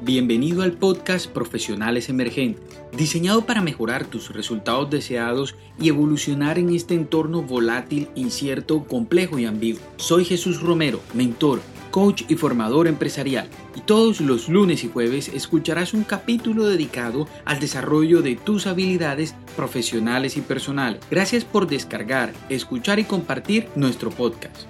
Bienvenido al podcast Profesionales Emergentes, diseñado para mejorar tus resultados deseados y evolucionar en este entorno volátil, incierto, complejo y ambiguo. Soy Jesús Romero, mentor, coach y formador empresarial, y todos los lunes y jueves escucharás un capítulo dedicado al desarrollo de tus habilidades profesionales y personales. Gracias por descargar, escuchar y compartir nuestro podcast.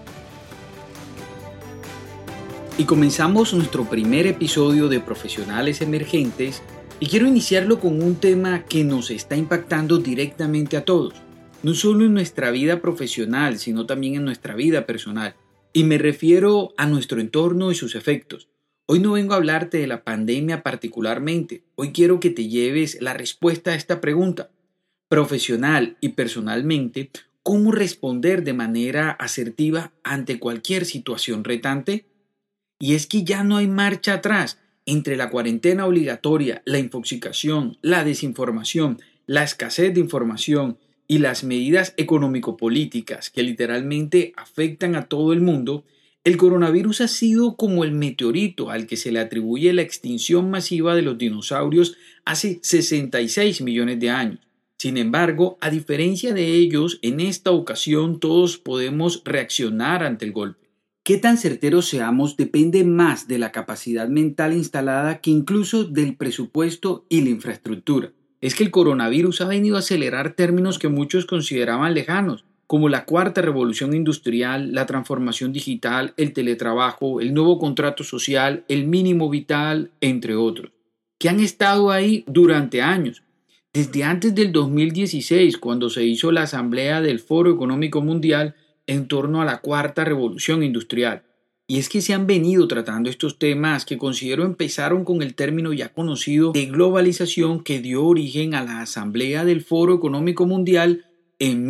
Y comenzamos nuestro primer episodio de Profesionales Emergentes y quiero iniciarlo con un tema que nos está impactando directamente a todos, no solo en nuestra vida profesional, sino también en nuestra vida personal. Y me refiero a nuestro entorno y sus efectos. Hoy no vengo a hablarte de la pandemia particularmente, hoy quiero que te lleves la respuesta a esta pregunta. Profesional y personalmente, ¿cómo responder de manera asertiva ante cualquier situación retante? Y es que ya no hay marcha atrás entre la cuarentena obligatoria, la infoxicación, la desinformación, la escasez de información y las medidas económico-políticas que literalmente afectan a todo el mundo. El coronavirus ha sido como el meteorito al que se le atribuye la extinción masiva de los dinosaurios hace 66 millones de años. Sin embargo, a diferencia de ellos, en esta ocasión todos podemos reaccionar ante el golpe. Qué tan certeros seamos depende más de la capacidad mental instalada que incluso del presupuesto y la infraestructura. Es que el coronavirus ha venido a acelerar términos que muchos consideraban lejanos, como la cuarta revolución industrial, la transformación digital, el teletrabajo, el nuevo contrato social, el mínimo vital, entre otros, que han estado ahí durante años. Desde antes del 2016, cuando se hizo la asamblea del Foro Económico Mundial, en torno a la cuarta revolución industrial. Y es que se han venido tratando estos temas que considero empezaron con el término ya conocido de globalización que dio origen a la Asamblea del Foro Económico Mundial en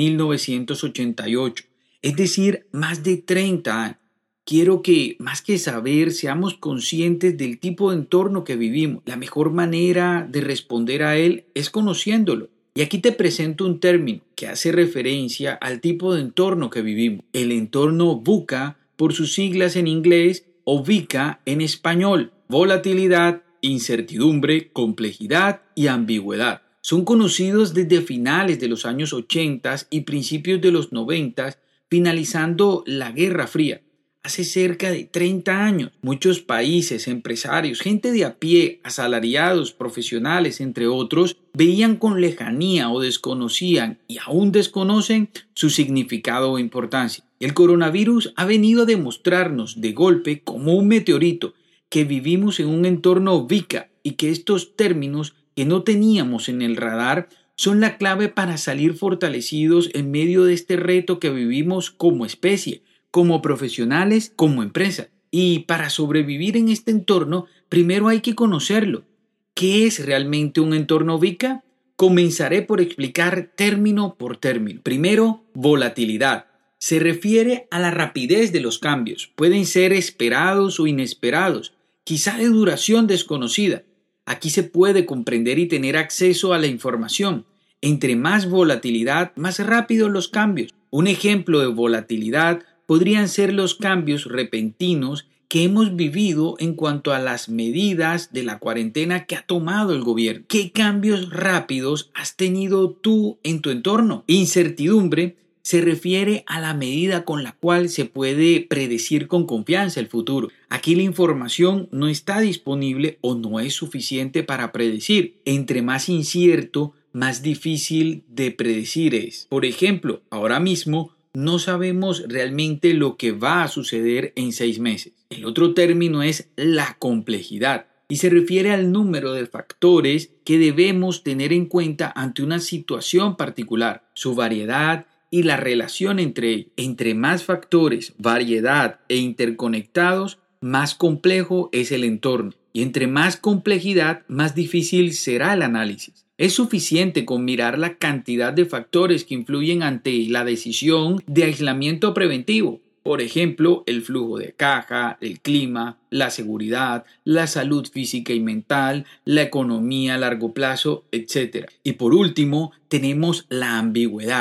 1988, es decir, más de 30 años. Quiero que, más que saber, seamos conscientes del tipo de entorno que vivimos. La mejor manera de responder a él es conociéndolo. Y aquí te presento un término que hace referencia al tipo de entorno que vivimos. El entorno VUCA, por sus siglas en inglés, o VICA en español. Volatilidad, incertidumbre, complejidad y ambigüedad. Son conocidos desde finales de los años 80 y principios de los 90, finalizando la Guerra Fría. Hace cerca de 30 años, muchos países, empresarios, gente de a pie, asalariados, profesionales, entre otros, veían con lejanía o desconocían y aún desconocen su significado o importancia. El coronavirus ha venido a demostrarnos de golpe como un meteorito que vivimos en un entorno VICA y que estos términos que no teníamos en el radar son la clave para salir fortalecidos en medio de este reto que vivimos como especie, como profesionales, como empresa. Y para sobrevivir en este entorno, primero hay que conocerlo. ¿Qué es realmente un entorno VICA? Comenzaré por explicar término por término. Primero, volatilidad. Se refiere a la rapidez de los cambios. Pueden ser esperados o inesperados, quizá de duración desconocida. Aquí se puede comprender y tener acceso a la información. Entre más volatilidad, más rápidos los cambios. Un ejemplo de volatilidad podrían ser los cambios repentinos que hemos vivido en cuanto a las medidas de la cuarentena que ha tomado el gobierno. ¿Qué cambios rápidos has tenido tú en tu entorno? Incertidumbre se refiere a la medida con la cual se puede predecir con confianza el futuro. Aquí la información no está disponible o no es suficiente para predecir. Entre más incierto, más difícil de predecir es. Por ejemplo, ahora mismo no sabemos realmente lo que va a suceder en 6 meses. El otro término es la complejidad y se refiere al número de factores que debemos tener en cuenta ante una situación particular, su variedad y la relación entre ellos. Entre más factores, variedad e interconectados, más complejo es el entorno. Y entre más complejidad, más difícil será el análisis. Es suficiente con mirar la cantidad de factores que influyen ante la decisión de aislamiento preventivo. Por ejemplo, el flujo de caja, el clima, la seguridad, la salud física y mental, la economía a largo plazo, etc. Y por último, tenemos la ambigüedad.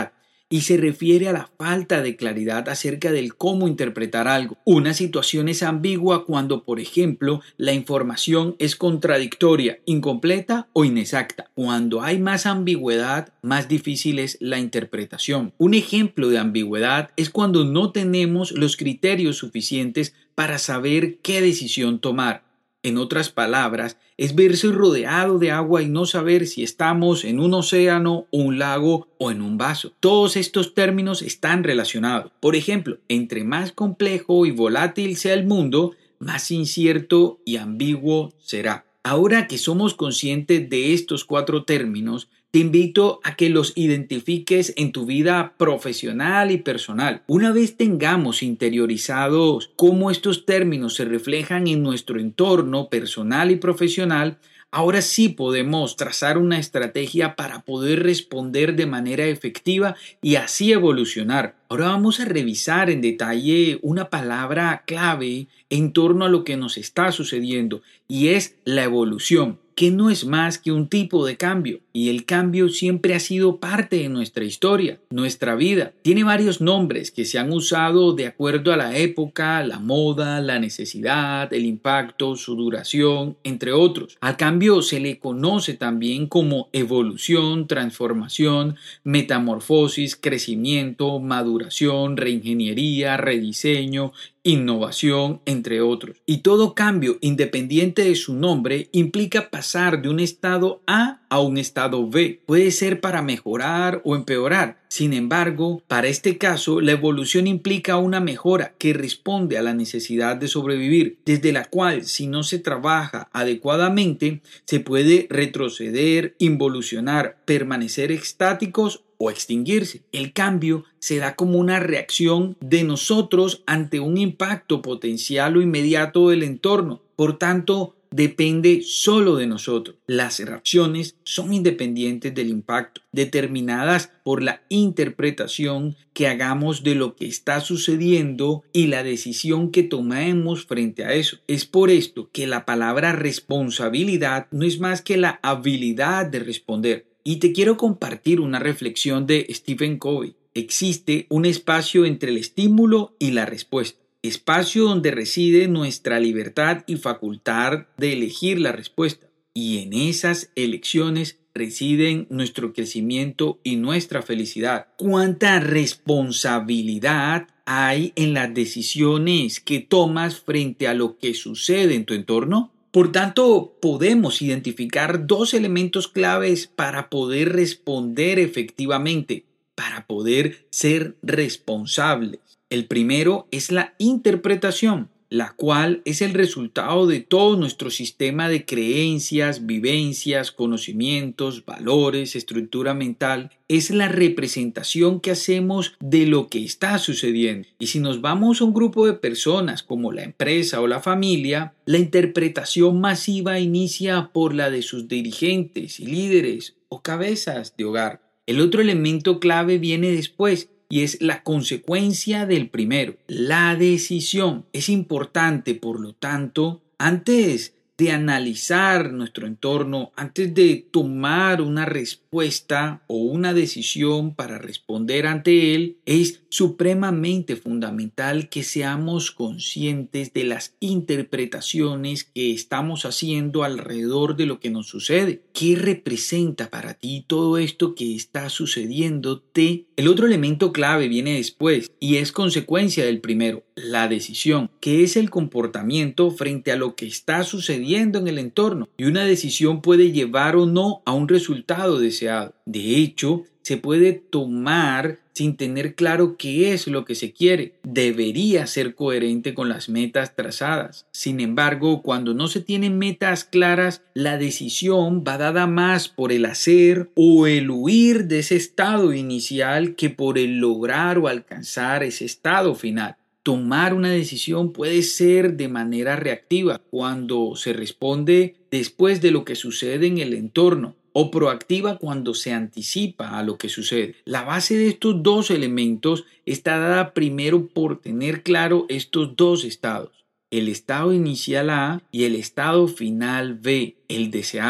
y se refiere a la falta de claridad acerca del cómo interpretar algo. Una situación es ambigua cuando, por ejemplo, la información es contradictoria, incompleta o inexacta. Cuando hay más ambigüedad, más difícil es la interpretación. Un ejemplo de ambigüedad es cuando no tenemos los criterios suficientes para saber qué decisión tomar. En otras palabras, es verse rodeado de agua y no saber si estamos en un océano, un lago o en un vaso. Todos estos términos están relacionados. Por ejemplo, entre más complejo y volátil sea el mundo, más incierto y ambiguo será. Ahora que somos conscientes de estos 4 términos, te invito a que los identifiques en tu vida profesional y personal. Una vez tengamos interiorizados cómo estos términos se reflejan en nuestro entorno personal y profesional, ahora sí podemos trazar una estrategia para poder responder de manera efectiva y así evolucionar. Ahora vamos a revisar en detalle una palabra clave en torno a lo que nos está sucediendo y es la evolución, que no es más que un tipo de cambio, y el cambio siempre ha sido parte de nuestra historia, nuestra vida. Tiene varios nombres que se han usado de acuerdo a la época, la moda, la necesidad, el impacto, su duración, entre otros. Al cambio se le conoce también como evolución, transformación, metamorfosis, crecimiento, maduración, reingeniería, rediseño, innovación, entre otros. Y todo cambio, independiente de su nombre, implica pasar de un estado A a un estado B. Puede ser para mejorar o empeorar. Sin embargo, para este caso, la evolución implica una mejora que responde a la necesidad de sobrevivir, desde la cual, si no se trabaja adecuadamente, se puede retroceder, involucionar, permanecer estáticos o extinguirse. El cambio se da como una reacción de nosotros ante un impacto potencial o inmediato del entorno. Por tanto, depende solo de nosotros. Las reacciones son independientes del impacto, determinadas por la interpretación que hagamos de lo que está sucediendo y la decisión que tomemos frente a eso. Es por esto que la palabra responsabilidad no es más que la habilidad de responder. Y te quiero compartir una reflexión de Stephen Covey. Existe un espacio entre el estímulo y la respuesta. Espacio donde reside nuestra libertad y facultad de elegir la respuesta. Y en esas elecciones residen nuestro crecimiento y nuestra felicidad. ¿Cuánta responsabilidad hay en las decisiones que tomas frente a lo que sucede en tu entorno? Por tanto, podemos identificar 2 elementos claves para poder responder efectivamente, para poder ser responsables. El primero es la interpretación, la cual es el resultado de todo nuestro sistema de creencias, vivencias, conocimientos, valores, estructura mental. Es la representación que hacemos de lo que está sucediendo. Y si nos vamos a un grupo de personas como la empresa o la familia, la interpretación masiva inicia por la de sus dirigentes y líderes o cabezas de hogar. El otro elemento clave viene después, y es la consecuencia del primero, la decisión. Es importante, por lo tanto, antes de analizar nuestro entorno, antes de tomar una respuesta o una decisión para responder ante él, es supremamente fundamental que seamos conscientes de las interpretaciones que estamos haciendo alrededor de lo que nos sucede. ¿Qué representa para ti todo esto que está sucediéndote? El otro elemento clave viene después y es consecuencia del primero, la decisión, que es el comportamiento frente a lo que está sucediendo en el entorno. Y una decisión puede llevar o no a un resultado deseado. De hecho, se puede tomar sin tener claro qué es lo que se quiere. Debería ser coherente con las metas trazadas. Sin embargo, cuando no se tienen metas claras, la decisión va dada más por el hacer o el huir de ese estado inicial que por el lograr o alcanzar ese estado final. Tomar una decisión puede ser de manera reactiva cuando se responde después de lo que sucede en el entorno, o proactiva cuando se anticipa a lo que sucede. La base de estos 2 elementos está dada primero por tener claro estos 2 estados, el estado inicial A y el estado final B, el deseado.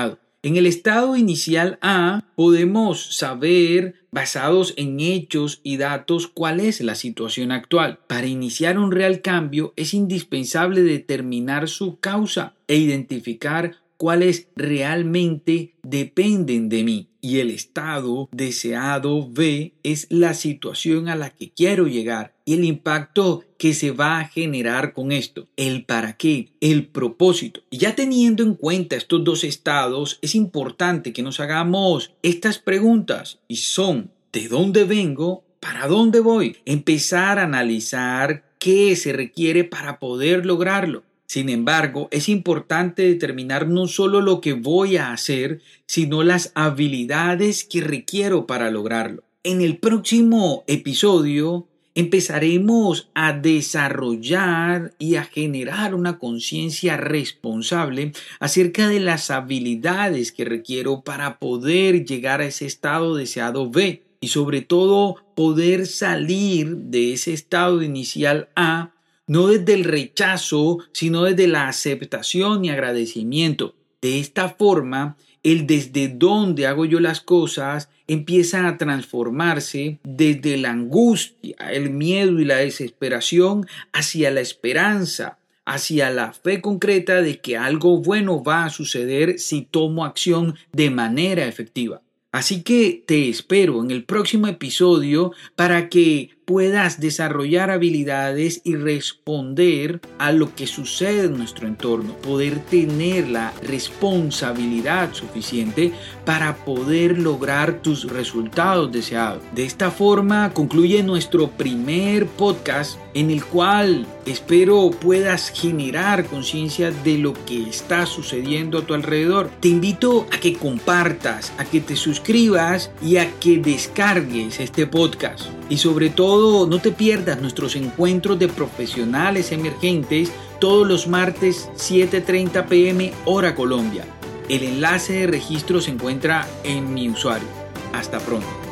En el estado inicial A podemos saber, basados en hechos y datos, cuál es la situación actual. Para iniciar un real cambio es indispensable determinar su causa e identificar cuáles realmente dependen de mí. Y el estado deseado B es la situación a la que quiero llegar y el impacto que se va a generar con esto, el para qué, el propósito. Y ya teniendo en cuenta estos dos estados, es importante que nos hagamos estas preguntas y son: ¿de dónde vengo? ¿Para dónde voy? Empezar a analizar qué se requiere para poder lograrlo. Sin embargo, es importante determinar no solo lo que voy a hacer, sino las habilidades que requiero para lograrlo. En el próximo episodio empezaremos a desarrollar y a generar una conciencia responsable acerca de las habilidades que requiero para poder llegar a ese estado deseado B y sobre todo poder salir de ese estado inicial A, no desde el rechazo, sino desde la aceptación y agradecimiento. De esta forma, el desde dónde hago yo las cosas empieza a transformarse desde la angustia, el miedo y la desesperación hacia la esperanza, hacia la fe concreta de que algo bueno va a suceder si tomo acción de manera efectiva. Así que te espero en el próximo episodio para que puedas desarrollar habilidades y responder a lo que sucede en nuestro entorno, poder tener la responsabilidad suficiente para poder lograr tus resultados deseados. De esta forma concluye nuestro primer podcast en el cual espero puedas generar conciencia de lo que está sucediendo a tu alrededor. Te invito a que compartas, a que te suscribas y a que descargues este podcast. Y sobre todo, no te pierdas nuestros encuentros de profesionales emergentes todos los martes 7:30 p.m. hora Colombia. El enlace de registro se encuentra en mi usuario. Hasta pronto.